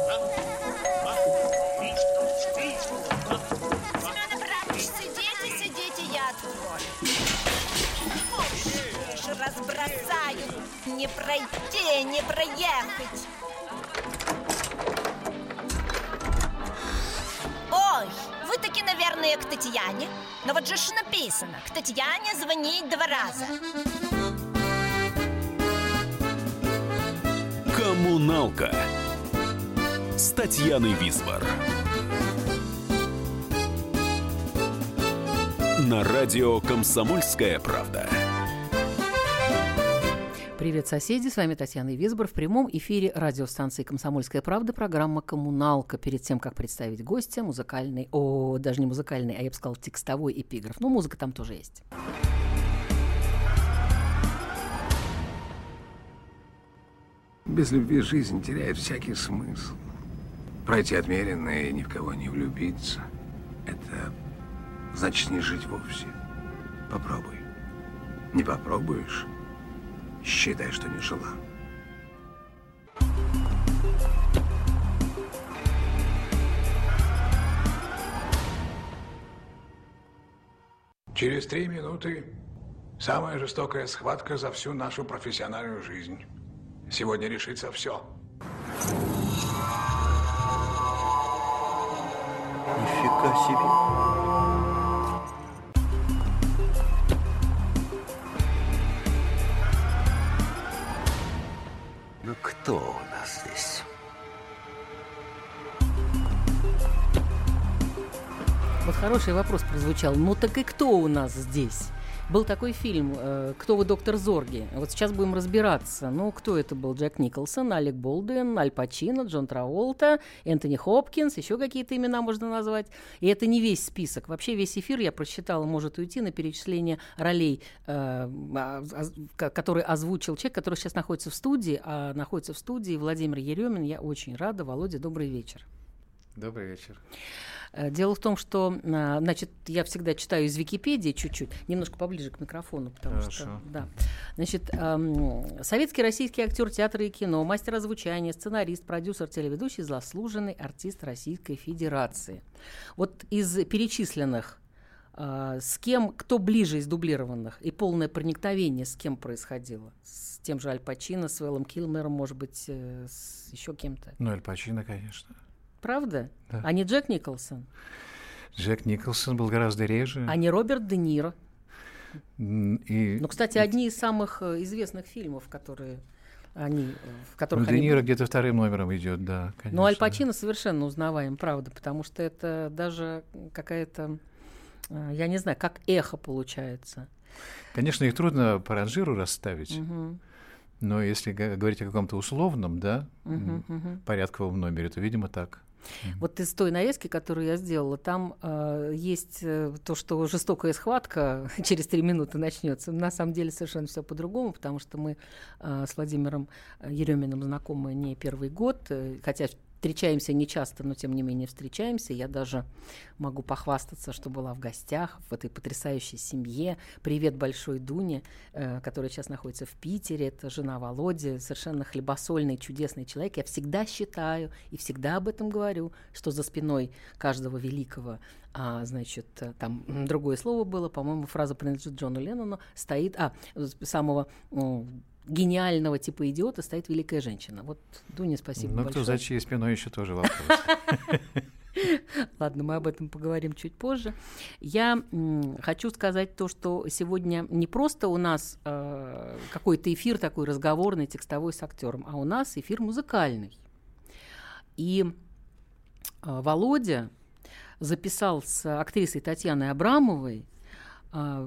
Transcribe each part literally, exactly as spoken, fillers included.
Семен Абрамович, сидите, сидите, я открою. Уж разбросаю, не пройти, не проехать. Ой, вы таки, наверное, к Татьяне. Но вот же ж написано: к Татьяне звонить два раза. Коммуналка с Татьяной Висбор. На радио «Комсомольская правда». Привет, соседи! С вами Татьяна Висбор. В прямом эфире радиостанции «Комсомольская правда» программа «Коммуналка». Перед тем, как представить гостя, музыкальный, о, даже не музыкальный, а я бы сказала, текстовой эпиграф. Ну, музыка там тоже есть. Без любви жизнь теряет всякий смысл. Пройти отмеренно и ни в кого не влюбиться — это значит не жить вовсе. Попробуй. Не попробуешь — считай, что не жила. Через три минуты самая жестокая схватка за всю нашу профессиональную жизнь. Сегодня решится все. Нифига себе. Ну кто у нас здесь? Вот хороший вопрос прозвучал. Ну так и кто у нас здесь? Был такой фильм «Кто вы, доктор Зорги?». Вот сейчас будем разбираться. Ну, кто это был? Джек Николсон, Алек Болдуин, Аль Пачино, Джон Траволта, Энтони Хопкинс, еще какие-то имена можно назвать. И это не весь список. Вообще весь эфир, я просчитала, может уйти на перечисление ролей, э, который озвучил человек, который сейчас находится в студии, а находится в студии Владимир Еремин. Я очень рада. Володя, добрый вечер. Добрый вечер. Дело в том, что, значит, я всегда читаю из Википедии чуть-чуть, немножко поближе к микрофону, потому Хорошо. что, да. Значит, эм, советский российский актер театра и кино, мастер озвучания, сценарист, продюсер, телеведущий, заслуженный артист Российской Федерации. Вот из перечисленных, э, с кем, кто ближе из дублированных, и полное проникновение с кем происходило? С тем же Аль Пачино, с Вэллом Килмером, может быть, э, с еще кем-то? Ну, Аль Пачино, конечно. Правда? Да. А не Джек Николсон? Джек Николсон был гораздо реже. А не Роберт Де Ниро? И... Ну, кстати, одни из самых известных фильмов, которые они, в которых ну, они... Де Ниро где-то вторым номером идет, да, конечно. Но Аль Пачино совершенно узнаваем, правда, потому что это даже какая-то, я не знаю, как эхо получается. Конечно, их трудно по ранжиру расставить. Угу. Но если говорить о каком-то условном, да, угу, угу. порядковом номере, то, видимо, так. Вот из той нарезки, которую я сделала, там э, есть э, то, что жестокая схватка через три минуты начнется. На самом деле совершенно все по-другому, потому что мы э, с Владимиром Ереминым знакомы не первый год, э, хотя встречаемся нечасто, но тем не менее встречаемся. Я даже могу похвастаться, что была в гостях в этой потрясающей семье. Привет большой Дуне, э, которая сейчас находится в Питере. Это жена Володи, совершенно хлебосольный, чудесный человек. Я всегда считаю и всегда об этом говорю, что за спиной каждого великого, а, значит, там другое слово было, по-моему, фраза принадлежит Джону Леннону, стоит, а, самого... гениального типа идиота стоит великая женщина. Вот, Дуня, спасибо Но большое. кто за чьей спиной еще тоже вопрос. Ладно, мы об этом поговорим чуть позже. Я м, хочу сказать то, что сегодня не просто у нас э, какой-то эфир такой разговорный, текстовой с актером, а у нас эфир музыкальный. И э, Володя записал с актрисой Татьяной Абрамовой э,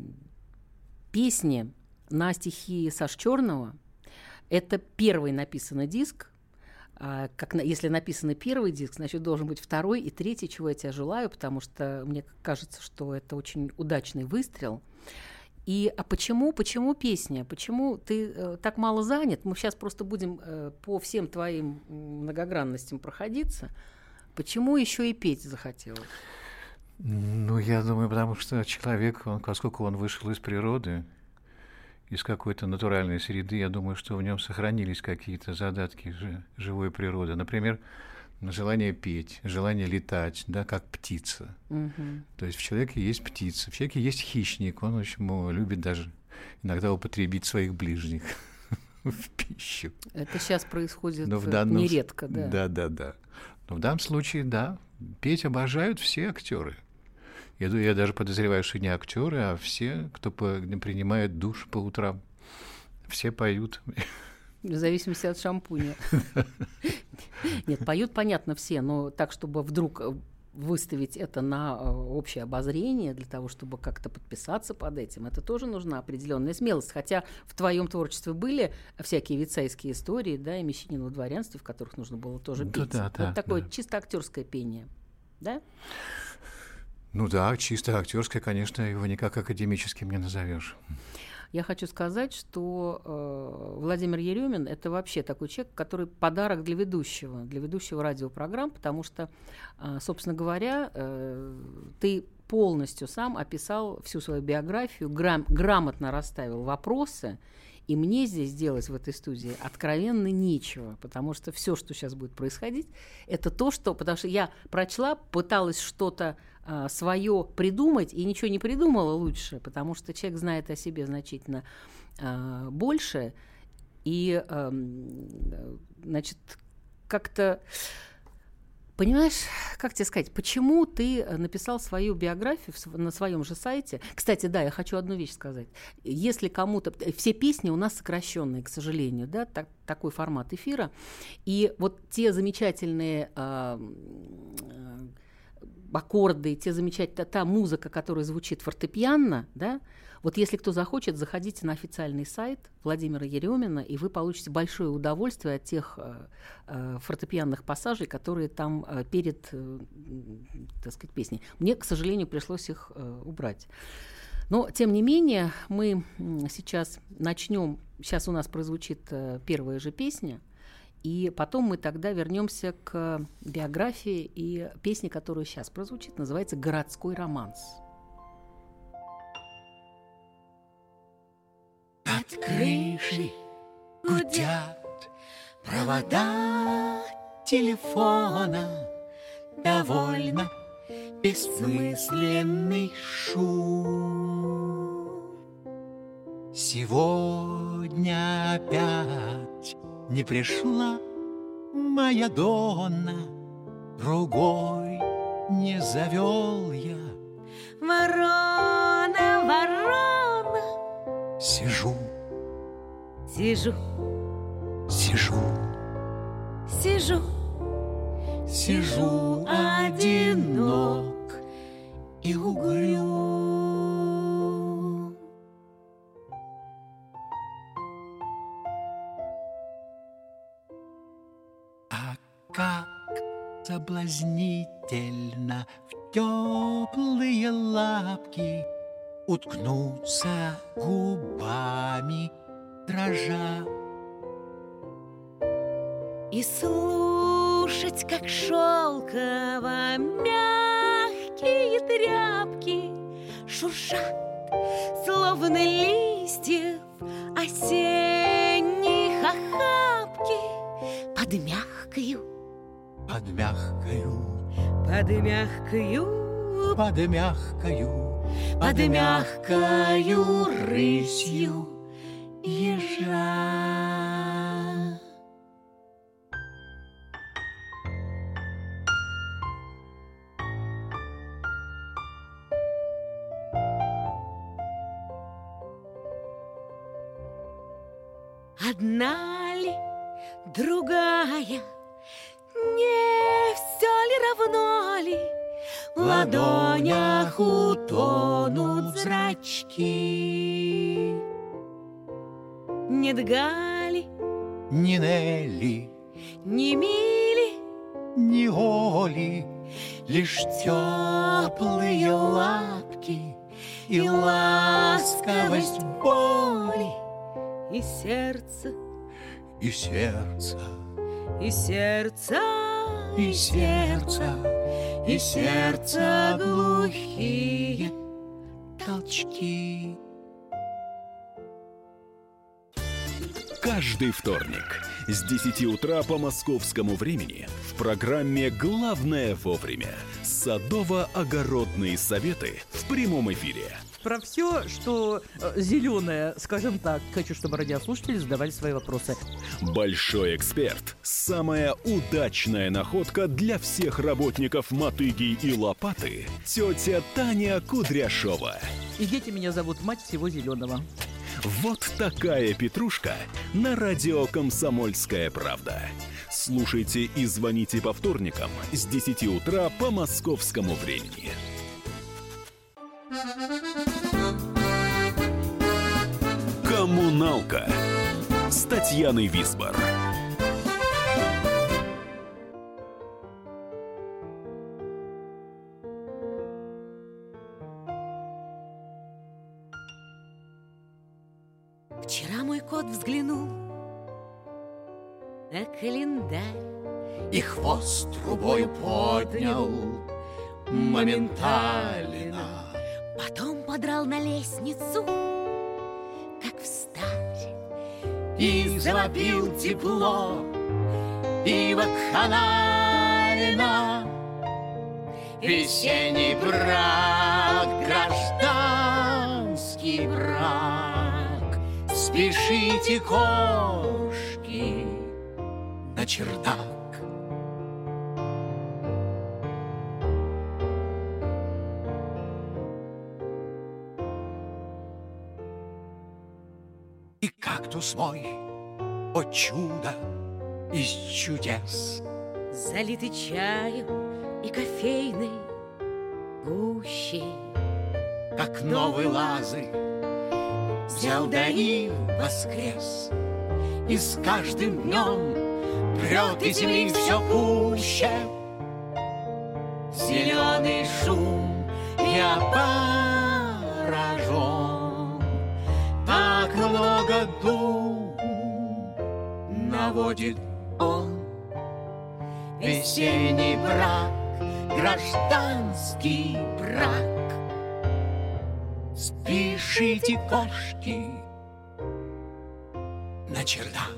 песни на стихи Саши Черного. Это первый написанный диск. А, как на, если написано первый диск, значит, должен быть второй и третий, чего я тебе желаю, потому что мне кажется, что это очень удачный выстрел. И а почему, почему песня? Почему ты э, так мало занят? Мы сейчас просто будем э, по всем твоим многогранностям проходиться. Почему еще и петь захотелось? Ну, я думаю, потому что человек, он, поскольку он вышел из природы, из какой-то натуральной среды, я думаю, что в нем сохранились какие-то задатки жи- живой природы. Например, желание петь, желание летать, да, как птица. Мгм. То есть в человеке есть птица, в человеке есть хищник, он очень любит даже иногда употребить своих ближних в пищу. Это сейчас происходит Но в э, данном с- нередко, да. Да, да, да. Но в данном случае, да, петь обожают все актеры. Я, ду- я даже подозреваю, что не актеры, а все, кто по- принимает душ по утрам. Все поют. В зависимости от шампуня. Нет, поют, понятно, все, но так, чтобы вдруг э, выставить это на э, общее обозрение, для того, чтобы как-то подписаться под этим, это тоже нужна определенная смелость. Хотя в твоем творчестве были всякие вицейские истории, да, и «Мещанин во дворянстве», в которых нужно было тоже Да, петь. да, да, Это такое да. чисто актерское пение, да? Ну да, чисто актерское, конечно, его никак академическим не назовешь. Я хочу сказать, что э, Владимир Еремин — это вообще такой человек, который подарок для ведущего, для ведущего радиопрограмм, потому что, э, собственно говоря, э, ты полностью сам описал всю свою биографию, грам- грамотно расставил вопросы, и мне здесь делать в этой студии откровенно нечего, потому что все, что сейчас будет происходить, это то, что... Потому что я прочла, пыталась что-то а, свое придумать, и ничего не придумала лучше, потому что человек знает о себе значительно а, больше, и, а, значит, как-то... Понимаешь, как тебе сказать, почему ты написал свою биографию в св- на своем же сайте? Кстати, да, я хочу одну вещь сказать. Если кому-то... Все песни у нас сокращенные, к сожалению, да, так, такой формат эфира. И вот те замечательные а, а, аккорды, те замечательные, та музыка, которая звучит фортепианно, да, вот если кто захочет, заходите на официальный сайт Владимира Еремина, и вы получите большое удовольствие от тех э, э, фортепианных пассажей, которые там э, перед, э, так сказать, песней. Мне, к сожалению, пришлось их э, убрать. Но, тем не менее, мы м, сейчас начнем, сейчас у нас прозвучит э, первая же песня, и потом мы тогда вернемся к биографии, и песня, которая сейчас прозвучит, называется «Городской романс». Над крышей гудят провода телефона, довольно бессмысленный шум. Сегодня опять не пришла моя Донна, другой не завел я. Ворона, ворона, Сижу, сижу, сижу, сижу, сижу одинок и угрюм. А как соблазнительно в теплые лапки уткнуться губами, дрожа. и слушать, как шелково мягкие тряпки шуршат, словно листьев осенних охапки под мягкою, Под мягкою, под мягкою, под мягкою, под мягкою рысью ежа. Одна ли, другая, не все ли равно ли? В ладонях утонут зрачки. Нет Гали, Ни Нелли, ни Мили, ни Оли, лишь теплые лапки и ласковость боли. и сердце, И сердце, и сердце, и сердце, и сердце глухие толчки. каждый вторник с десяти утра по московскому времени в программе «Главное вовремя» садово-огородные советы в прямом эфире. Про все, что э, зеленое, скажем так, хочу, чтобы радиослушатели задавали свои вопросы. Большой эксперт. Самая удачная находка для всех работников мотыги и лопаты. Тетя Таня Кудряшова. И дети меня зовут мать всего зеленого. Вот такая петрушка на радио «Комсомольская правда». Слушайте и звоните по вторникам с десяти утра по московскому времени. «Коммуналка» с Татьяной Висбор. Вчера мой кот взглянул на календарь и хвост трубой поднял моментально. Потом подрал на лестницу, как встать, и завопил тепло и вакханалина. Весенний брак, гражданский брак. Спешите, кошки, на чердак. И кактус мой, о чудо из чудес, залитый чаем и кофейной гущей, как новый Лазарь, взял да и воскрес. И с каждым днем прет из земли все пуще. Зеленый шум, я поражен. Так много дум наводит он. Весенний брак, гражданский брак. Спешите, кошки, на чердак.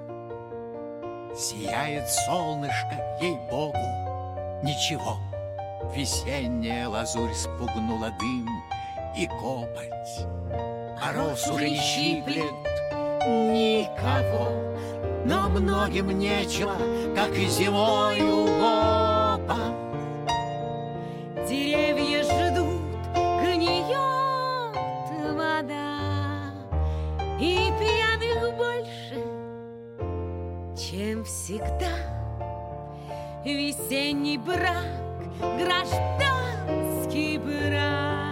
Сияет солнышко, ей-богу, ничего. Весенняя лазурь спугнула дым и копоть, а роз уже не щиплет никого. Но многим нечего, как и зимою лопать. деревья ждут, гниет вода, и пьяных больше, чем всегда. Весенний брак, гражданский брак.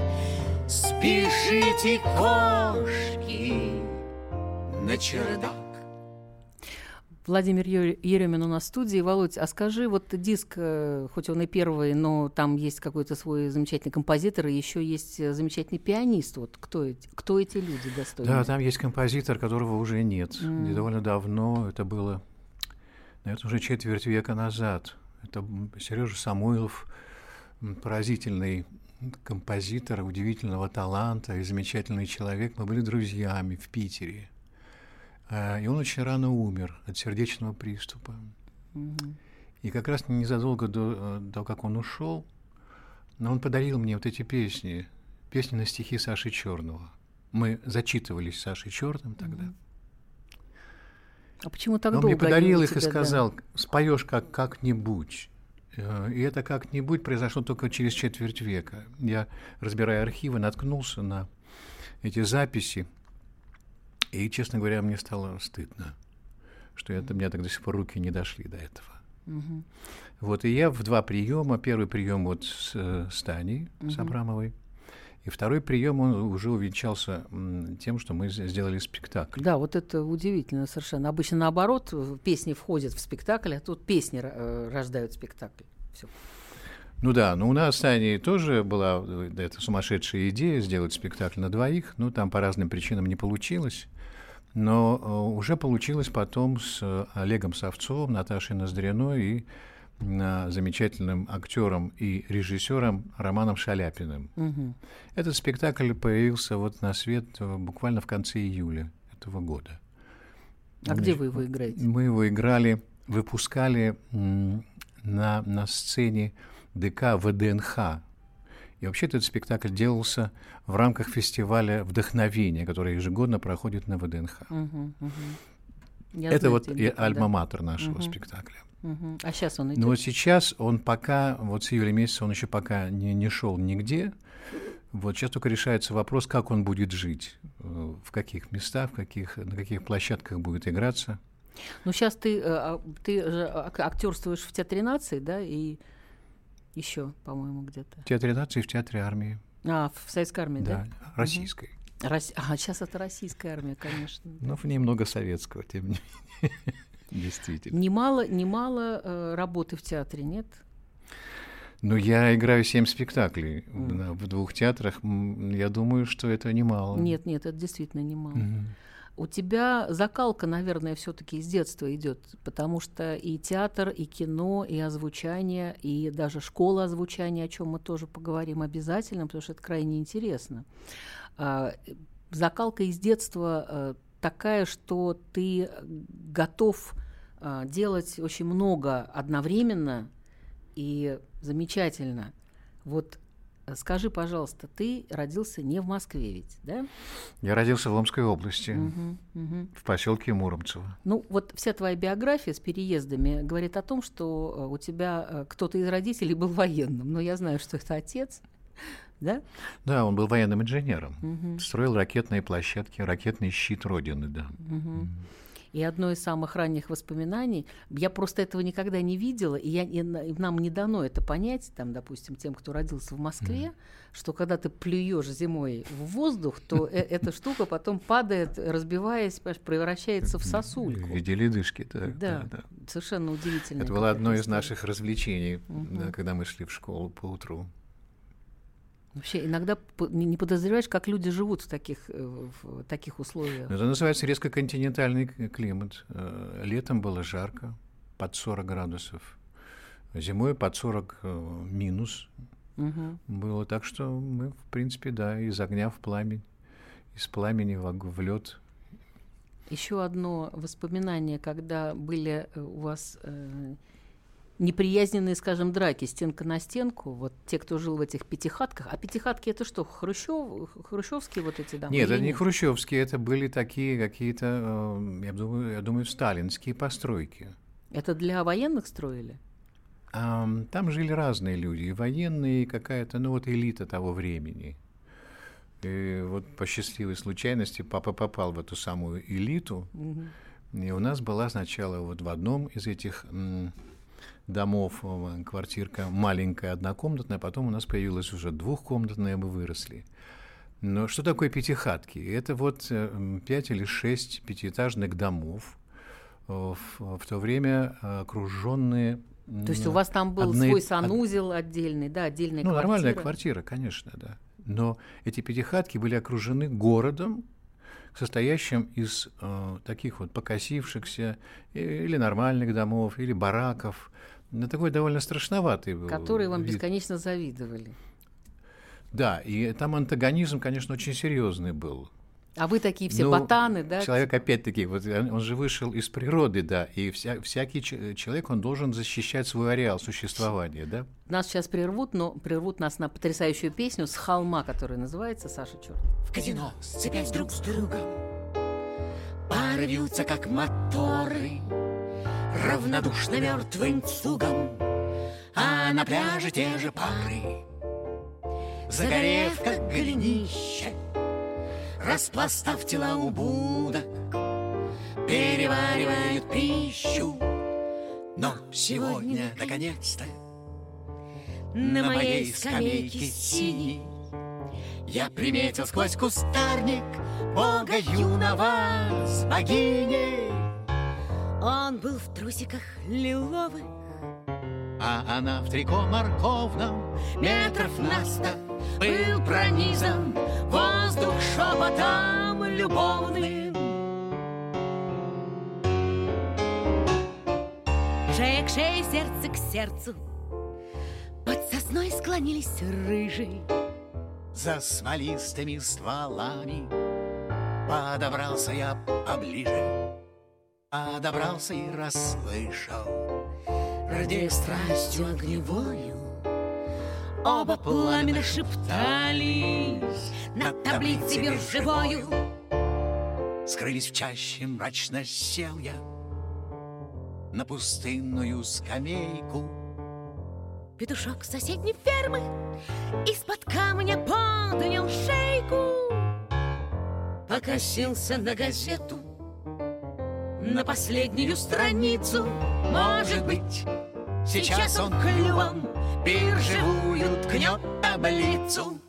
Спешите, кошки, на чердак. Владимир Еремин у нас в студии. Володь, а скажи, вот диск, хоть он и первый, но там есть какой-то свой замечательный композитор, и еще есть замечательный пианист. Вот кто эти, кто эти люди достойные? Да, там есть композитор, которого уже нет. Mm. И довольно давно, это было, наверное, уже четверть века назад. Это Сережа Самойлов, поразительный композитор, удивительного таланта и замечательный человек. Мы были друзьями в Питере. И он очень рано умер от сердечного приступа. Mm-hmm. И как раз незадолго до, до как он ушел, но он подарил мне вот эти песни, песни на стихи Саши Черного. Мы зачитывались Сашей Черным тогда. Mm-hmm. А почему так он долго? Он мне подарил их тебя, и сказал, да. споешь как, как-нибудь. И это как-нибудь произошло только через четверть века. Я, разбирая архивы, наткнулся на эти записи. И, честно говоря, мне стало стыдно, что это, у меня так до сих пор руки не дошли до этого. Uh-huh. Вот, и я в два приема. Первый прием вот с, с Таней, uh-huh. с Абрамовой. И второй прием он уже увенчался тем, что мы сделали спектакль. Да, вот это удивительно совершенно. Обычно наоборот, песни входят в спектакль, а тут песни рождают спектакль. Всё. Ну да, но у нас с Таней тоже была эта сумасшедшая идея сделать спектакль на двоих. Ну, там по разным причинам не получилось. Но уже получилось потом с Олегом Савцовым, Наташей Ноздряной и замечательным актером и режиссером Романом Шаляпиным. Угу. Этот спектакль появился вот на свет буквально в конце июля этого года. А где вы его играете? Мы его играли, выпускали м, на, на сцене ДК ВДНХ. И вообще этот спектакль делался в рамках фестиваля «Вдохновение», который ежегодно проходит на ВДНХ. Угу, угу. Я Это знаю, вот тебе, и да. альма-матер нашего Угу. спектакля. Угу. А сейчас он идет? Но вот сейчас он пока, вот с июля месяца он еще пока не, не шел нигде. Вот сейчас только решается вопрос, как он будет жить, в каких местах, в каких, на каких площадках будет играться. Ну, сейчас ты, ты же актерствуешь в Театре нации, да, и еще, по-моему, где-то. В Театре нации и в Театре армии. А, в Советской армии, да? Да, российской. Угу. Рос... А, сейчас это российская армия, конечно. Но в ней много советского, тем не менее. Действительно. Немало, немало э, работы в театре, нет? Ну, я играю семь спектаклей mm. в двух театрах. Я думаю, что это немало. Нет, нет, это действительно немало. Mm-hmm. У тебя закалка, наверное, все-таки из детства идет, потому что и театр, и кино, и озвучание, и даже школа озвучания, о чем мы тоже поговорим обязательно, потому что это крайне интересно. А, закалка из детства а, такая, что ты готов а, делать очень много одновременно и замечательно. Вот скажи, пожалуйста, ты родился не в Москве ведь, да? Я родился в Омской области, угу, угу. в поселке Муромцево. Ну, вот вся твоя биография с переездами говорит о том, что у тебя кто-то из родителей был военным. Но я знаю, что это отец, да? Да, он был военным инженером. Угу. Строил ракетные площадки, ракетный щит Родины, да. Угу. И одно из самых ранних воспоминаний, я просто этого никогда не видела, и, я, и нам не дано это понять, там, допустим, тем, кто родился в Москве, mm. что когда ты плюешь зимой в воздух, то эта штука потом падает, разбиваясь, превращается в сосульку. В виде ледышки, да. Да, да. Совершенно удивительно. Это было одно из наших развлечений, да, когда мы шли в школу по утру. Вообще, иногда не подозреваешь, как люди живут в таких, в таких условиях. Это называется резко континентальный климат. Летом было жарко, под сорок градусов. Зимой под сорок минус угу. было. Так что мы, в принципе, да, из огня в пламень, из пламени в лед. Еще одно воспоминание, когда были у вас... неприязненные, скажем, драки стенка на стенку, вот те, кто жил в этих пятихатках. А пятихатки это что, хрущев, хрущевские вот эти дома? Нет, это не хрущевские, это были такие какие-то, я думаю, я думаю, сталинские постройки. Это для военных строили? А, там жили разные люди, и военные, и какая-то, ну вот элита того времени. И вот по счастливой случайности папа попал в эту самую элиту, угу. и у нас была сначала вот в одном из этих... домов, квартирка маленькая, однокомнатная, потом у нас появилась уже двухкомнатная, мы выросли. Но что такое пятихатки? Это вот пять или шесть пятиэтажных домов, в, в то время окруженные... То есть у вас там был одни... свой санузел отдельный, да, отдельная ну, квартира? Ну, нормальная квартира, конечно, да. Но эти пятихатки были окружены городом, состоящим из э, таких вот покосившихся или нормальных домов, или бараков. Ну, такой довольно страшноватый был. Которые вам вид. бесконечно завидовали. Да, и там антагонизм, конечно, очень серьезный был. А вы такие все ну, ботаны, да? Человек, опять-таки, вот он же вышел из природы, да, и вся, всякий человек, он должен защищать свой ареал существования, да? Нас сейчас прервут, но прервут нас на потрясающую песню «С холма», которая называется «Саша Чёрт». В казино, сцепясь друг с другом, пары вьются, как моторы, равнодушно мертвым цугом, а на пляже те же пары, загорев, как голенище, распластав тела у будок, переваривают пищу. Но сегодня, наконец-то, на моей скамейке синей я приметил сквозь кустарник бога юного с богиней. Он был в трусиках лиловых, а она в трико морковном, метров на сто был пронизан воздух шепотом любовным. Шея к шее, сердце к сердцу, под сосной склонились рыжие. За смолистыми стволами подобрался я поближе. А добрался и расслышал, рдея страстью огневою, оба пламенно шептались над таблицей биржевою. Скрылись в чаще, мрачно сел я на пустынную скамейку. Петушок с соседней фермы из-под камня поднял шейку, покосился на газету, на последнюю страницу. Может быть, сейчас он клювом биржевую ткнет таблицу.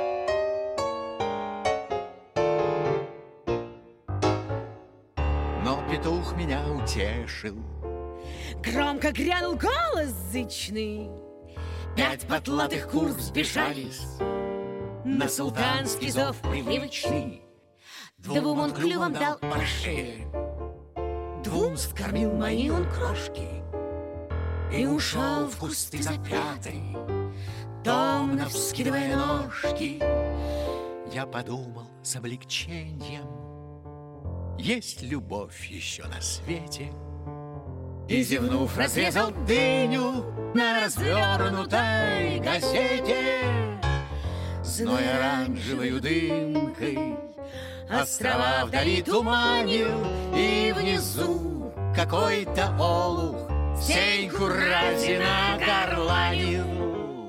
Но петух меня утешил. Громко грянул голос зычный. Пять потлатых кур сбежались на султанский зов привычный. Двум он клювом дал по шее, двум скормил мои он крошки и ушел в кусты запятый, томно вскидывая ножки. Я подумал с облегчением, есть любовь еще на свете, и, зевнув, разрезал дыню на развернутой газете. Зной оранжевою дымкой острова вдали туманил, и внизу какой-то олух сеньку разина горланил.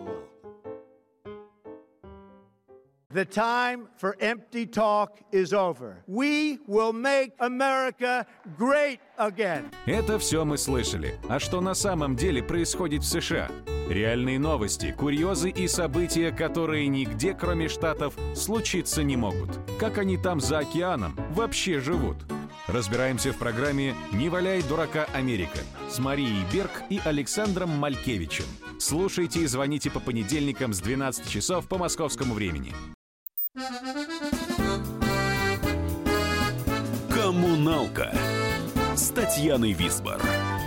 The time for empty talk is over. We will make America great again. Это все мы слышали. А что на самом деле происходит в США? Реальные новости, курьезы и события, которые нигде, кроме Штатов, случиться не могут. Как они там за океаном вообще живут? Разбираемся в программе «Не валяй дурака, Америка» с Марией Берг и Александром Малькевичем. Слушайте и звоните по понедельникам с двенадцати часов по московскому времени. «Коммуналка» с Татьяной Висбор.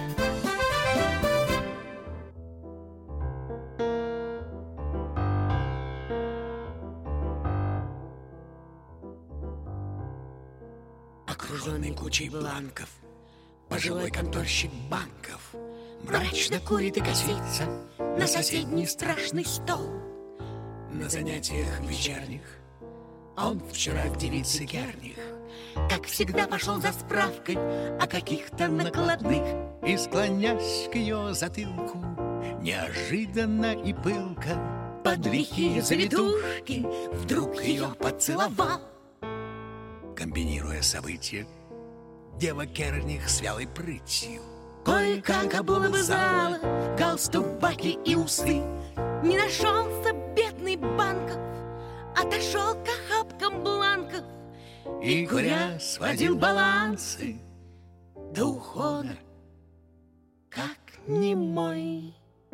Окруженный кучей бланков, пожилой конторщик банков мрачно курит и косится на соседний страшный стол. На занятиях вечерних он вчера в девице Герних, как всегда, пошел за справкой о каких-то накладных, и, склонясь к ее затылку, неожиданно и пылко под лихие завитушки вдруг ее поцеловал. Комбинируя события, дева Керних с вялой прытью кое-как облобызала галстук, баки и усы. Не нашелся бедный Банков, отошел к охапкам бланков и, куря, сводил балансы до ухода, как немой.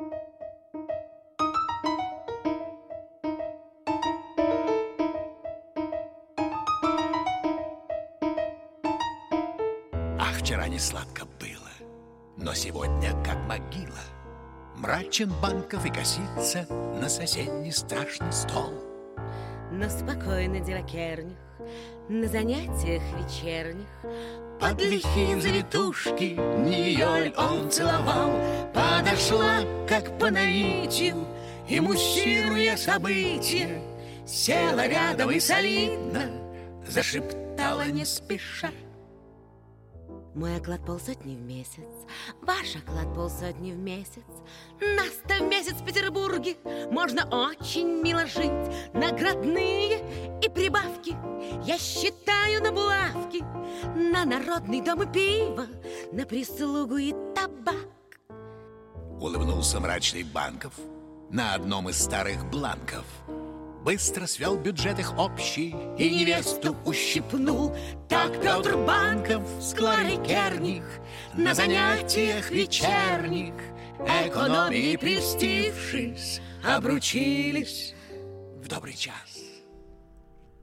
Ах, вчера не сладко было, но сегодня как могила. Мрачен Банков и косится на соседний страшный стол. Но спокойно дева Керних на занятиях вечерних под лихие завитушки не ее ль он целовал. Подошла, как по наитию, и, муссируя события, села рядом и солидно зашептала не спеша: мой оклад полсотни в месяц, ваш оклад полсотни в месяц. Нас-то в месяц в Петербурге можно очень мило жить. Наградные и прибавки я считаю на булавки, на народный дом и пиво, на прислугу и табак. Улыбнулся мрачный Банков на одном из старых бланков, быстро свел бюджет их общий и невесту ущипнул. Так Петр Банков с Кларой Керних на занятиях вечерних, экономии прельстившись, обручились в добрый час.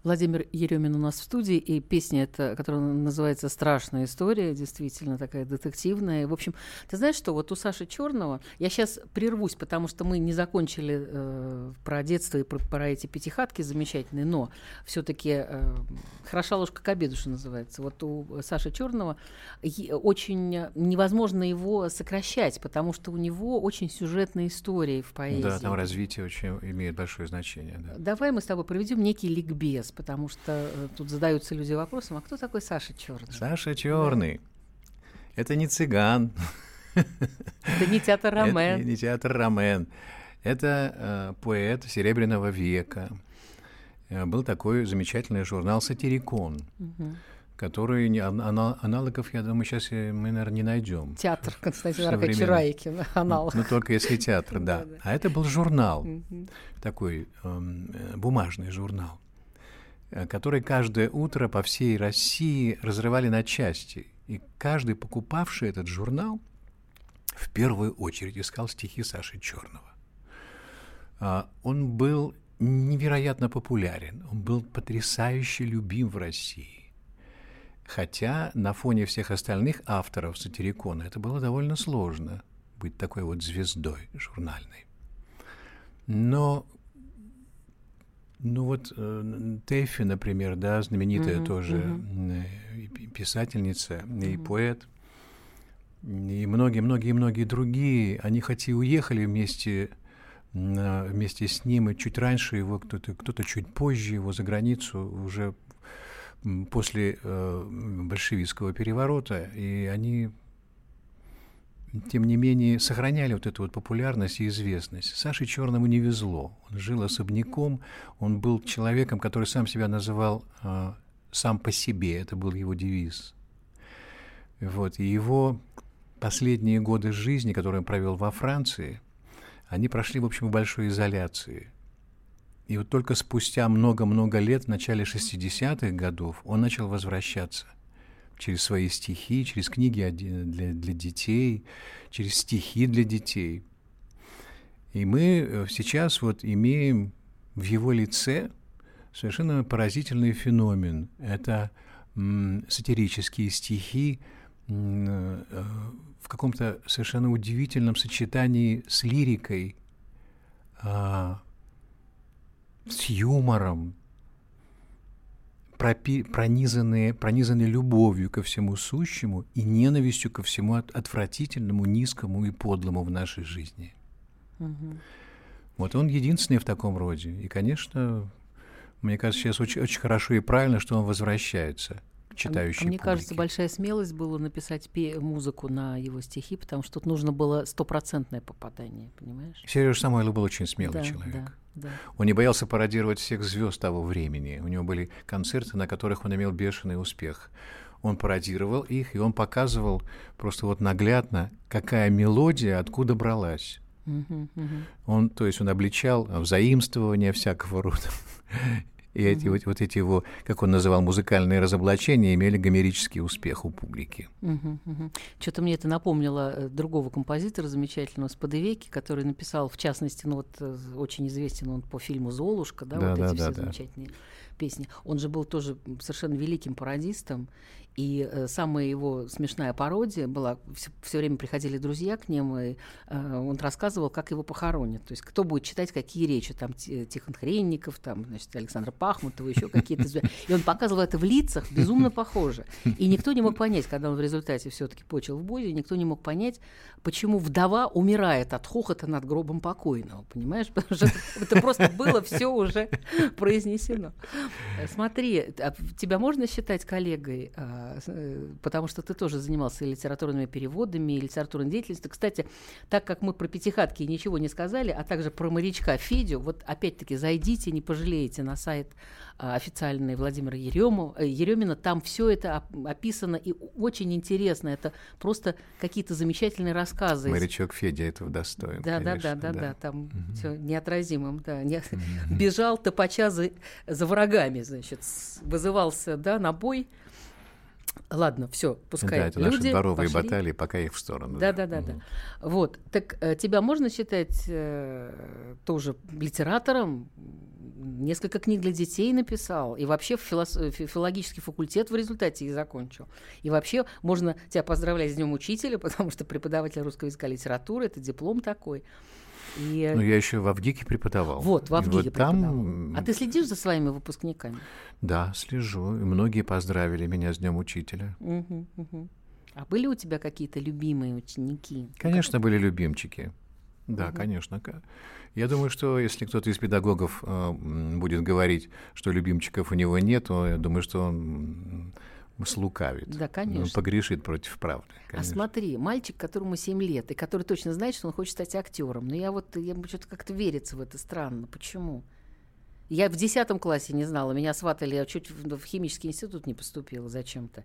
Владимир Еремин у нас в студии, и песня эта, которая называется «Страшная история», действительно такая детективная. В общем, ты знаешь что, вот у Саши Черного, я сейчас прервусь, потому что мы не закончили э, про детство и про, про эти пятихатки замечательные, но все-таки э, «Хороша ложка к обеду», что называется. Вот у Саши Черного очень невозможно его сокращать, потому что у него очень сюжетные истории в поэзии. Да, там развитие очень имеет большое значение. Да. Давай мы с тобой проведем некий ликбез, потому что э, тут задаются люди вопросом, а кто такой Саша Черный? Саша Черный. Да. Это не цыган. Это не театр Ромен. Это не театр Ромен. Это э, поэт Серебряного века. Э, был такой замечательный журнал «Сатирикон», угу. который не, ана, аналогов, я думаю, сейчас мы, наверное, не найдем. Театр Константина Аркадьевича Раикина, аналог. Ну, только если театр, да. А это был журнал, такой бумажный журнал, который каждое утро по всей России разрывали на части. И каждый, покупавший этот журнал, в первую очередь искал стихи Саши Черного. Он был невероятно популярен, он был потрясающе любим в России. Хотя на фоне всех остальных авторов «Сатирикона» это было довольно сложно быть такой вот звездой журнальной. Но, ну вот э, Тэффи, например, да, знаменитая mm-hmm, тоже mm-hmm. писательница mm-hmm. и поэт, и многие-многие-многие другие, они хоть и уехали вместе, вместе с ним, и чуть раньше его, кто-то, кто-то чуть позже его за границу, уже после э, большевистского переворота, и они, тем не менее, сохраняли вот эту вот популярность и известность. Саше Черному не везло. Он жил особняком, он был человеком, который сам себя называл э, сам по себе, это был его девиз. Вот, и его последние годы жизни, которые он провел во Франции, они прошли, в общем, в большой изоляции. И вот только спустя много-много лет, в начале шестидесятых годов, он начал возвращаться через свои стихи, через книги для, для детей, через стихи для детей. И мы сейчас вот имеем в его лице совершенно поразительный феномен. Это м, сатирические стихи м, э, в каком-то совершенно удивительном сочетании с лирикой, э, с юмором, пропи, пронизанные, пронизанные любовью ко всему сущему и ненавистью ко всему от, отвратительному, низкому и подлому в нашей жизни. Угу. Вот он единственный в таком роде. И, конечно, мне кажется, сейчас очень, очень хорошо и правильно, что он возвращается к читающей а мне публике. Кажется, большая смелость была написать пе- музыку на его стихи, потому что тут нужно было стопроцентное попадание, понимаешь? Серёж Самойлов был очень смелый да, человек. Да, да. Он не боялся пародировать всех звезд того времени. У него были концерты, на которых он имел бешеный успех. Он пародировал их, и он показывал просто вот наглядно, какая мелодия откуда бралась. Uh-huh, uh-huh. Он, то есть он обличал взаимствование всякого рода. И uh-huh. эти, вот, вот эти его, как он называл, музыкальные разоблачения имели гомерический успех у публики. Uh-huh, uh-huh. Что-то мне это напомнило другого композитора замечательного Сподевеки, который написал, в частности, ну вот очень известен он по фильму «Золушка», да, да вот да, эти да, все да. замечательные песни. Он же был тоже совершенно великим пародистом. И э, самая его смешная пародия была, все, все время приходили друзья к нему, и э, он рассказывал, как его похоронят. То есть кто будет читать какие речи, там Тихон Хренников, там, значит, Александр Пахмутов, еще какие-то. И он показывал это в лицах, безумно похоже. И никто не мог понять, когда он в результате все-таки почил в бозе, никто не мог понять, почему вдова умирает от хохота над гробом покойного, понимаешь? Потому что это просто было все уже произнесено. Смотри, тебя можно считать коллегой? Потому что ты тоже занимался и литературными переводами, и литературной деятельностью. Кстати, так как мы про пятихатки ничего не сказали, а также про морячка Федю, вот опять-таки зайдите, не пожалеете, на сайт а, официальный Владимира Ерему, э, Еремина, там все это описано и очень интересно. Это просто какие-то замечательные рассказы. Морячок Федя этого достоин. Да, конечно, да, да, да, да, да, там угу. все неотразимым, да. Не... Угу. Бежал топача за, за врагами, значит, вызывался, да, на бой. Ладно, все, пускай да, это люди наши дворовые пошли. Баталии, пока их в сторону. Да, да, да, да. Угу. Вот, так э, тебя можно считать э, тоже литератором, несколько книг для детей написал, и вообще филос... филологический факультет в результате их закончил. И вообще можно тебя поздравлять с Днем Учителя, потому что преподаватель русского языка и литературы — это диплом такой. И... Ну, я еще в Авгике преподавал. Вот, в Авгике вот там... преподавал. А ты следишь за своими выпускниками? Да, слежу. И многие поздравили меня с Днем Учителя. Угу, угу. А были у тебя какие-то любимые ученики? Конечно, были любимчики. Да, угу. конечно. Я думаю, что если кто-то из педагогов э, будет говорить, что любимчиков у него нет, то я думаю, что он слукавит. Да, конечно. Он погрешит против правды. Конечно. А смотри, мальчик, которому семь лет, и который точно знает, что он хочет стать актером. Но я вот я что-то как-то верится в это странно. Почему? Я в десятом классе не знала. Меня сватали, я чуть в, в химический институт не поступила зачем-то.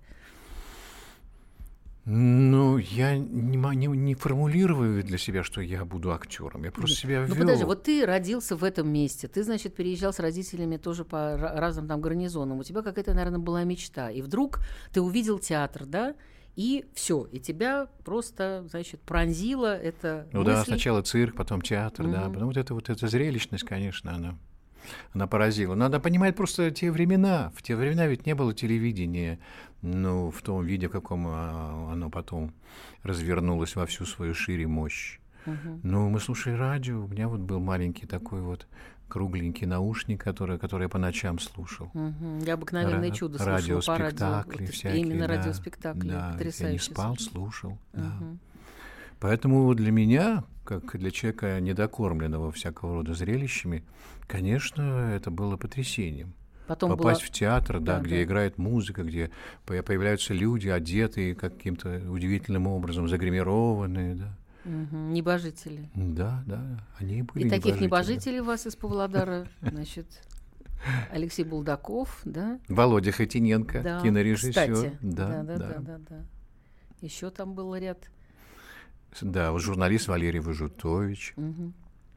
Ну, я не, не, не формулирую для себя, что я буду актером. Я просто себя ввёл. Ну, подожди, вот ты родился в этом месте, ты, значит, переезжал с родителями тоже по разным там гарнизонам. У тебя какая-то, наверное, была мечта. И вдруг ты увидел театр, да, и все, и тебя просто, значит, пронзило это Ну мысли. да, сначала цирк, потом театр, mm-hmm. да. Потом вот эта вот эта зрелищность, конечно, она... Она поразила. Надо понимать просто те времена. В те времена ведь не было телевидения, ну, в том виде, в каком оно потом развернулось во всю свою шире мощь. Uh-huh. Ну, мы слушали радио. У меня вот был маленький такой вот кругленький наушник, который, который я по ночам слушал. Uh-huh. Я «Обыкновенное Ра- чудо» слушала по радио. Радиоспектакли всякие. Именно да, радиоспектакли. Да, потрясающе. я не спал, слушал. Uh-huh. Да. Поэтому для меня, как для человека, недокормленного всякого рода зрелищами, конечно, это было потрясением. Потом Попасть была... в театр, да, да, где да. играет музыка, где появляются люди, одетые каким-то удивительным образом, загримированные, да. Угу. Небожители. Да, да, они были И таких небожители. небожителей у вас из Павлодара, значит, Алексей Булдаков, да? Володя Хотиненко, да. кинорежиссер. Кстати, да, да, да, да. да, да, да. Еще там был ряд. Да, журналист Валерий Выжутович. Угу.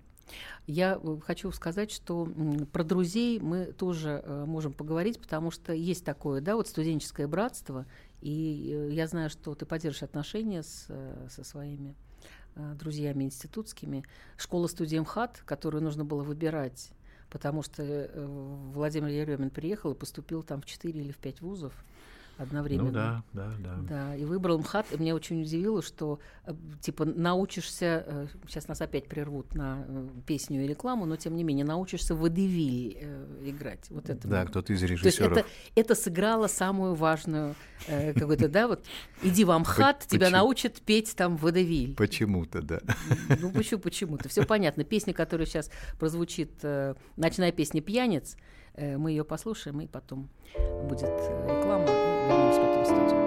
Я хочу сказать, что про друзей мы тоже э, можем поговорить, потому что есть такое, да, вот студенческое братство, и э, я знаю, что ты поддерживаешь отношения с, э, со своими э, друзьями институтскими. Школа-студия МХАТ, которую нужно было выбирать, потому что э, Владимир Еремин приехал и поступил там в четыре или в пять вузов одновременно. Ну да, да, да. Да, и выбрал МХАТ, и меня очень удивило, что типа научишься, сейчас нас опять прервут на песню и рекламу, но тем не менее научишься водевиль э, играть. Вот это. Да, кто-то из режиссеров. То есть это, это сыграло самую важную э, какой-то, да, вот иди в МХАТ, тебя научат петь там водевиль. Почему-то, да. Ну почему, почему-то. Все понятно. Песня, которая сейчас прозвучит, э, ночная песня «Пьяниц», э, мы ее послушаем, и потом будет реклама. Вернемся потом в студию.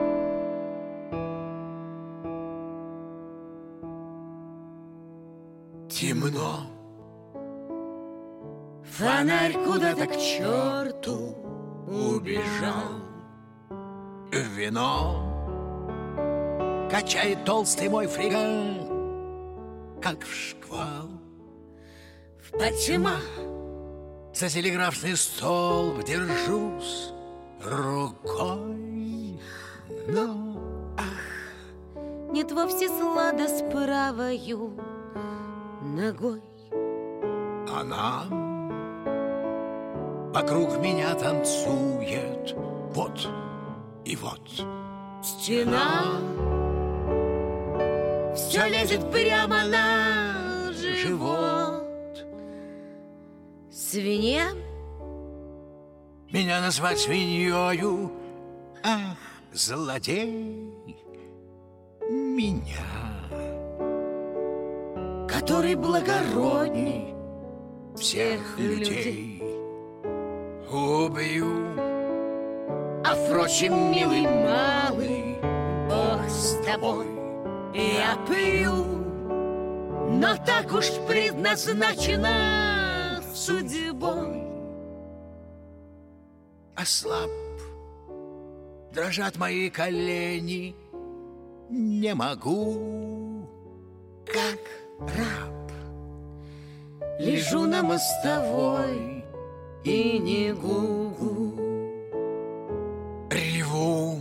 Темно. Фонарь куда-то к черту убежал. Вино качает толстый мой фрегат, как в шквал. В потемах за телеграфный столб держусь рукой, но... Ах, нет вовсе слада с правою ногой. Она вокруг меня танцует, вот и вот. Стена все лезет прямо на живот. Свинья меня назвать свиньёю, ах, злодей, меня, который благородней всех людей, убью. А впрочем, милый малый, Бог с тобой, я пью, но так уж предназначено судьбой. Ослаб, дрожат мои колени, не могу, как раб, лежу на мостовой и не гугу. Реву,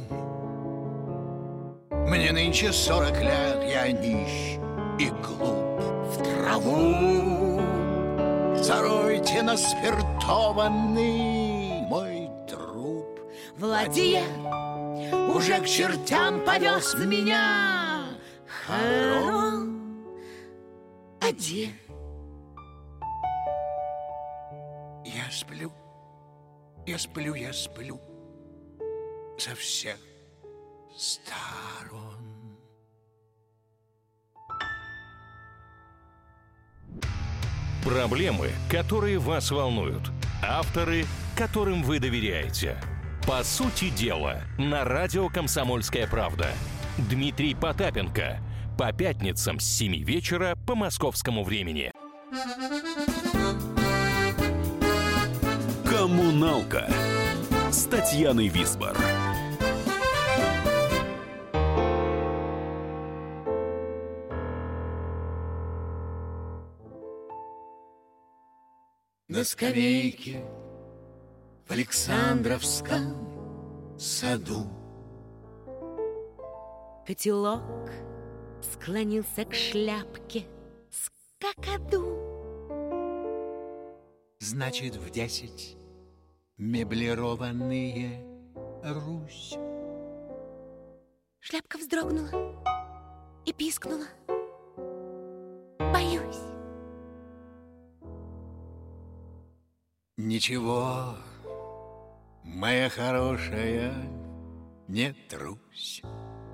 мне нынче сорок лет, я нищ и глуп. В траву заройте на спиртованный мой труп. Владимир уже к чертям повез меня. Хорон один. Я сплю, я сплю, я сплю со всех сторон. Проблемы, которые вас волнуют. Авторы, которым вы доверяете. По сути дела, на радио «Комсомольская правда». Дмитрий Потапенко. По пятницам с семи вечера по московскому времени. «Коммуналка» с Татьяной Висбор. На скамейке в Александровском саду котелок склонился к шляпке с какаду. Значит, в десять меблированные Русь. Шляпка вздрогнула и пискнула. Боюсь. Ничего, моя хорошая, не трусь.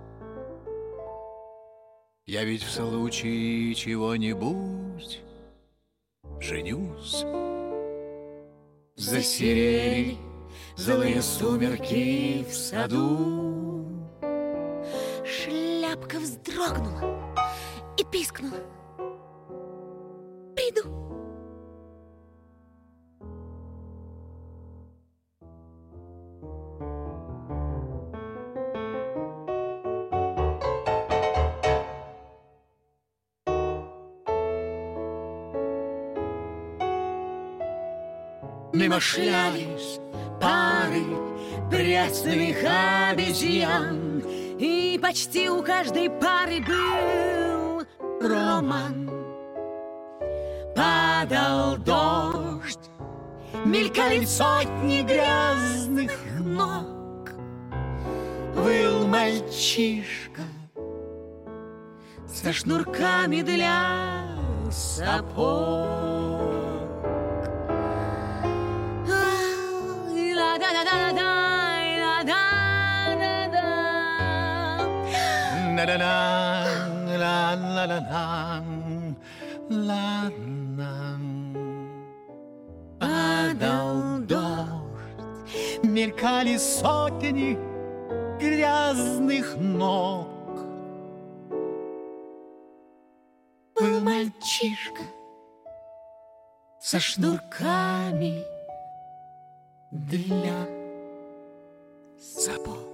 Я ведь в случае чего-нибудь женюсь. Засерели злые сумерки в саду. Шляпка вздрогнула и пискнула. Приду. Мимо шлялись пары пресных обезьян, и почти у каждой пары был роман. Падал дождь, мелькали сотни грязных ног. Выл мальчишка со шнурками для сапог. Падал дождь, мелькали сотни грязных ног. Был мальчишка со шнурками для сапог.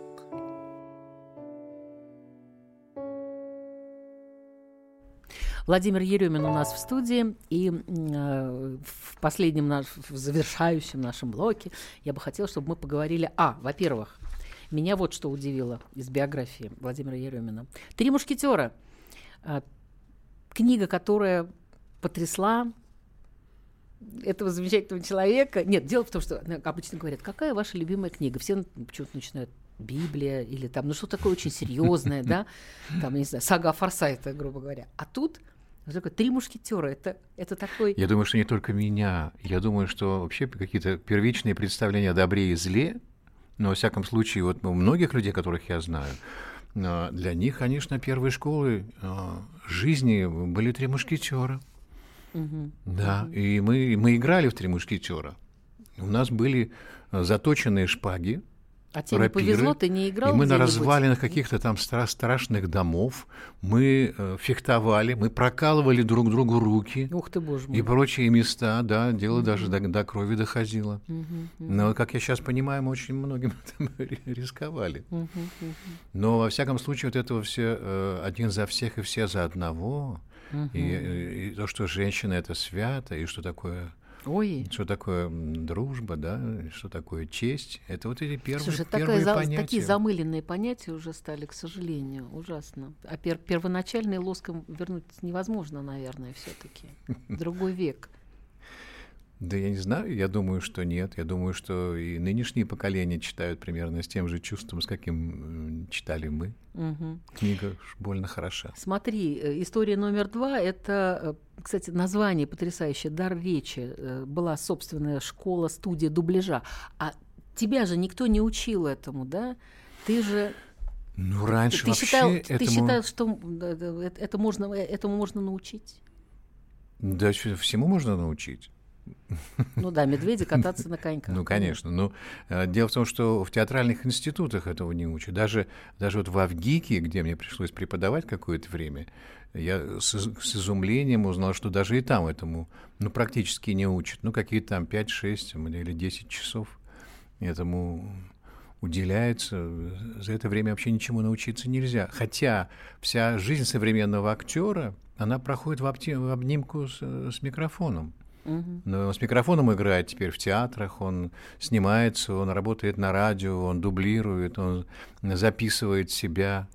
Владимир Еремин у нас в студии, и э, в последнем, наш, в завершающем нашем блоке я бы хотела, чтобы мы поговорили о, во-первых, меня вот что удивило из биографии Владимира Еремина. «Три мушкетера». Э, книга, которая потрясла этого замечательного человека. Нет, дело в том, что обычно говорят, какая ваша любимая книга? Все почему-то начинают Библия или там, ну что такое очень серьезное, да, там, не знаю, сага о Форсайте, грубо говоря. А тут «Три мушкетера» это, это такой... Я думаю, что не только меня. Я думаю, что вообще какие-то первичные представления о добре и зле, но, во всяком случае, вот у многих людей, которых я знаю, для них, конечно, первые школы жизни были «Три мушкетера». Угу. Да, угу. И мы, мы играли в «Три мушкетера». У нас были заточенные шпаги, а тебе рапиры, не повезло, ты не играл? И мы на развалинах каких-то там стра- страшных домов, мы э, фехтовали, мы прокалывали друг другу руки. Ух ты, боже мой. И прочие места, да, дело mm-hmm. даже до, до крови доходило. Mm-hmm. Mm-hmm. Но, как я сейчас понимаю, мы очень многим рисковали. Mm-hmm. Mm-hmm. Но, во всяком случае, вот этого все э, один за всех и все за одного, mm-hmm. и, и, и то, что женщина — это свято, и что такое... Ой. Что такое дружба, да, что такое честь, это вот эти первые, Слушай, первые такая, понятия. Такие замыленные понятия уже стали, к сожалению, ужасно. А пер- первоначальный лоск вернуть невозможно, наверное, все-таки. Другой век. Да я не знаю, я думаю, что нет. Я думаю, что и нынешние поколения читают примерно с тем же чувством, с каким читали мы. Угу. Книга уж больно хороша. Смотри, история номер два — это, кстати, название потрясающее, «Дар речи». Была собственная школа, студия дубляжа. А тебя же никто не учил этому, да? Ты же... Ну, раньше ты вообще считал, этому... Ты считал, что это можно, этому можно научить? Да, всему можно научить. Ну да, медведи кататься на коньках. Ну, конечно. Но э, дело в том, что в театральных институтах этого не учат. Даже, даже вот в АВГИКе, где мне пришлось преподавать какое-то время, я с, с изумлением узнал, что даже и там этому ну, практически не учат. Ну, какие-то там пять-шесть или десять часов этому уделяется. За это время вообще ничему научиться нельзя. Хотя вся жизнь современного актера, она проходит в, обти- в обнимку с, с микрофоном. Uh-huh. Но с микрофоном играет теперь в театрах, он снимается, он работает на радио, он дублирует, он записывает себя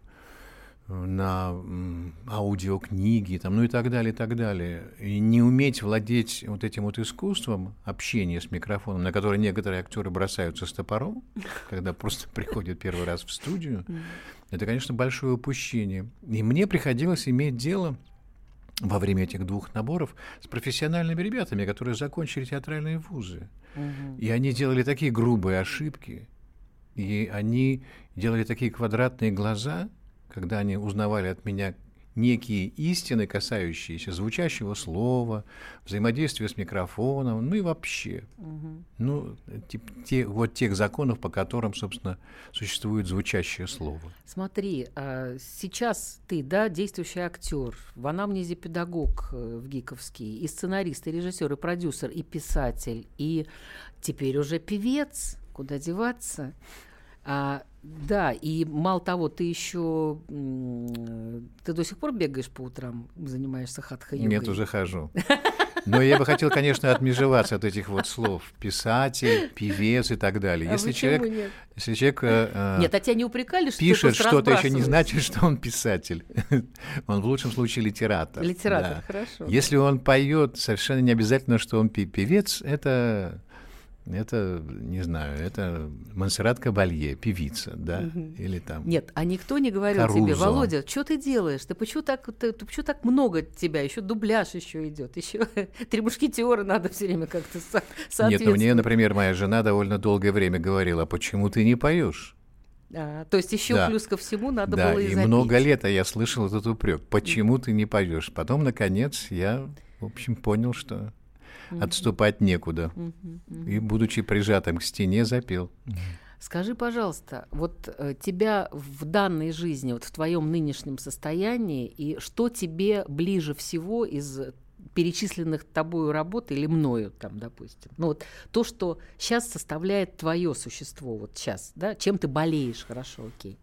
на аудиокниги, там, ну и так далее, и так далее. И не уметь владеть вот этим вот искусством общения с микрофоном, на которое некоторые актеры бросаются с топором, когда просто приходят первый раз в студию, это, конечно, большое упущение. И мне приходилось иметь дело во время этих двух наборов с профессиональными ребятами, которые закончили театральные вузы. Uh-huh. И они делали такие грубые ошибки, и они делали такие квадратные глаза, когда они узнавали от меня некие истины, касающиеся звучащего слова, взаимодействия с микрофоном, ну и вообще. Uh-huh. Ну, те, те, вот тех законов, по которым, собственно, существует звучащее слово. Смотри, сейчас ты, да, действующий актер, в анамнезе педагог в ГИКовский, и сценарист, и режиссер, и продюсер, и писатель, и теперь уже певец. Куда деваться? А, да, и мало того, ты еще ты до сих пор бегаешь по утрам, занимаешься хатха-йогой? Нет, уже хожу. Но я бы хотел, конечно, отмежеваться от этих вот слов: писатель, певец и так далее. А если почему человек, нет? если человек э, нет, а тебя не упрекали, что пишет ты что-то, еще не значит, что он писатель. Он в лучшем случае литератор. Литератор, да. Хорошо. Если он поет, совершенно не обязательно, что он певец. Это Это, не знаю, это Монсеррат Кабалье, певица, да, угу. Или там... Нет, а никто не говорил Карузо. Тебе: Володя, что ты делаешь? Ты почему так, ты, ты почему так много тебя? Еще дубляж еще идет, еще три мушкетера надо все время как-то со- соответствовать. Нет, ну мне, например, моя жена довольно долгое время говорила: почему ты не поешь? А, то есть еще да. плюс ко всему надо да, было и запеть. запеть. И много лет я слышал этот упрек: почему ты не поешь? Потом, наконец, я, в общем, понял, что отступать некуда. Mm-hmm. И, будучи прижатым к стене, запел. Скажи, пожалуйста, вот э, тебя в данной жизни, вот в твоем нынешнем состоянии, и что тебе ближе всего из перечисленных тобою работ или мною, там, допустим? Ну вот то, что сейчас составляет твое существо, вот сейчас, да? Чем ты болеешь? Хорошо, окей.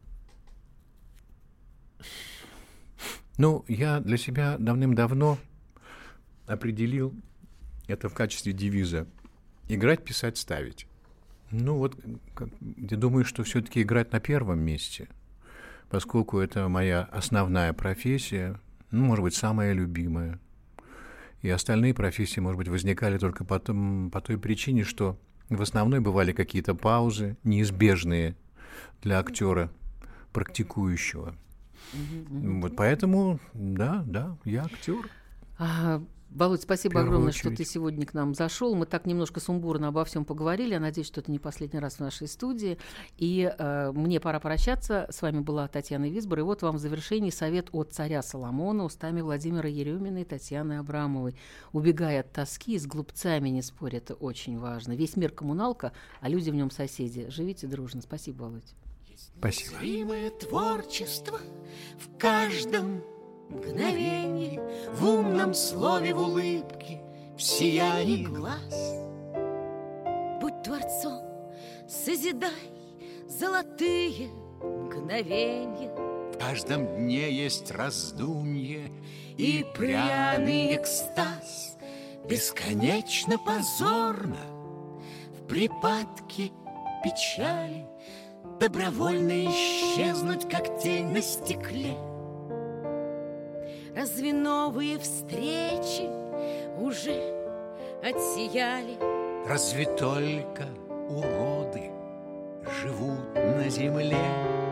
Ну, я для себя давным-давно определил это в качестве девиза: играть, писать, ставить. Ну вот, как, я думаю, что все-таки играть на первом месте, поскольку это моя основная профессия, ну, может быть, самая любимая. И остальные профессии, может быть, возникали только потом, по той причине, что в основной бывали какие-то паузы, неизбежные для актера, практикующего. Mm-hmm. Вот поэтому, да, да, я актер. А, Володь, спасибо огромное, очередь. Что ты сегодня к нам зашел. Мы так немножко сумбурно обо всем поговорили. Я надеюсь, что это не последний раз в нашей студии. И э, мне пора прощаться. С вами была Татьяна Висбор. И вот вам в завершении совет от царя Соломона устами Владимира Еремина и Татьяны Абрамовой. Убегая от тоски, с глупцами не спорь, это очень важно. Весь мир коммуналка, а люди в нем соседи. Живите дружно. Спасибо, Володь. Спасибо. Незримое творчество в каждом мгновенье, в умном слове, в улыбке, в сиянии глаз. Будь творцом, созидай золотые мгновенья. В каждом дне есть раздумье и пряный экстаз. Бесконечно позорно в припадке печали добровольно исчезнуть, как тень на стекле. Разве новые встречи уже отсияли. Разве только уроды живут на земле?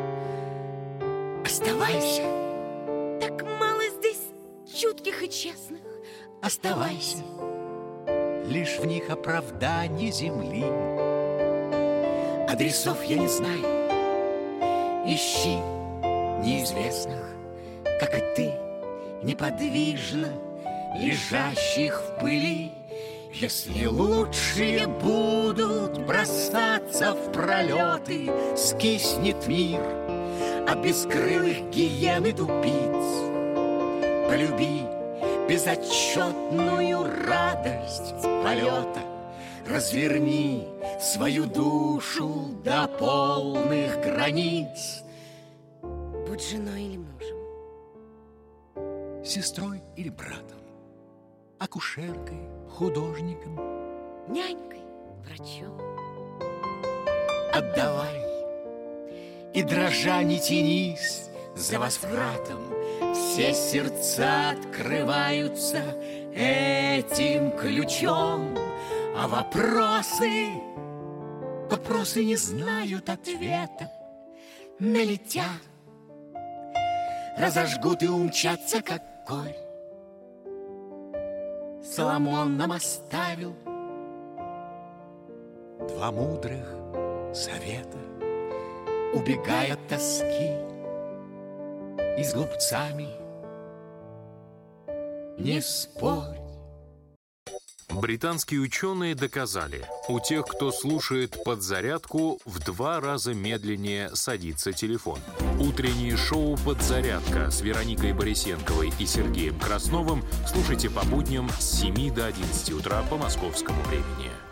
Оставайся, Так мало здесь чутких и честных. оставайся, лишь в них оправдание земли. Адресов я не знаю, ищи неизвестных, как и ты, неподвижно лежащих в пыли. Если лучшие будут бросаться в пролеты, скиснет мир от бескрылых гиен и тупиц. Полюби безотчетную радость полета, разверни свою душу до полных границ. Будь женой или мужем, Сестрой или братом, акушеркой, художником, нянькой, врачом. отдавай, и дрожа не тянись за возвратом. Все сердца открываются этим ключом, а вопросы, вопросы не знают ответа, налетят, разожгут и умчатся, как корь. Соломон нам оставил два мудрых совета, убегая от тоски, и с глупцами не спорь. Британские ученые доказали, у тех, кто слушает «Подзарядку», в два раза медленнее садится телефон. Утреннее шоу «Подзарядка» с Вероникой Борисенковой и Сергеем Красновым слушайте по будням с семи до одиннадцати утра по московскому времени.